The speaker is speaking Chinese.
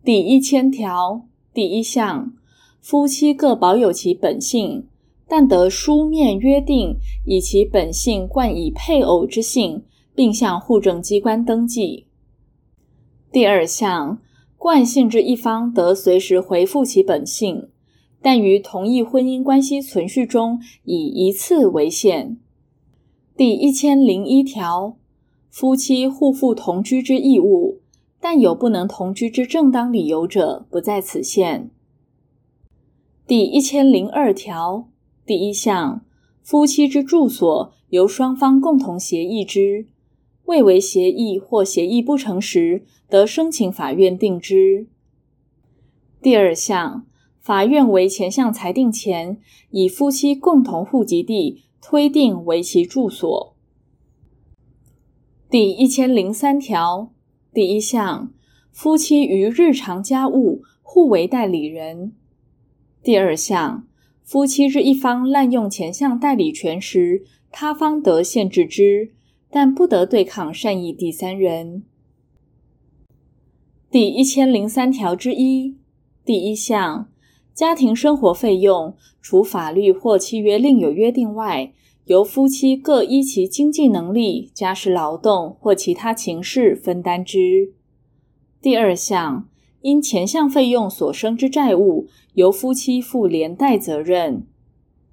第1000条第1项，夫妻各保有其本姓，但得书面约定以其本姓冠以配偶之姓，并向户政机关登记。第2项，冠姓之一方得随时回复其本姓，但于同一婚姻关系存续中以一次为限。第1001条，夫妻互负同居之义务，但有不能同居之正当理由者，不在此限。第1002条第1项，夫妻之住所由双方共同协议之，未为协议或协议不成时，得申请法院定之。第2项，法院为前项裁定前，以夫妻共同户籍地推定为其住所。第1003条第1项，夫妻于日常家务互为代理人。第2项，夫妻之一方滥用前项代理权时，他方得限制之，但不得对抗善意第三人。第1003条之一第1项，家庭生活费用，除法律或契约另有约定外，由夫妻各依其经济能力、家事劳动或其他情事分担之。第2项，因前项费用所生之债务，由夫妻负连带责任。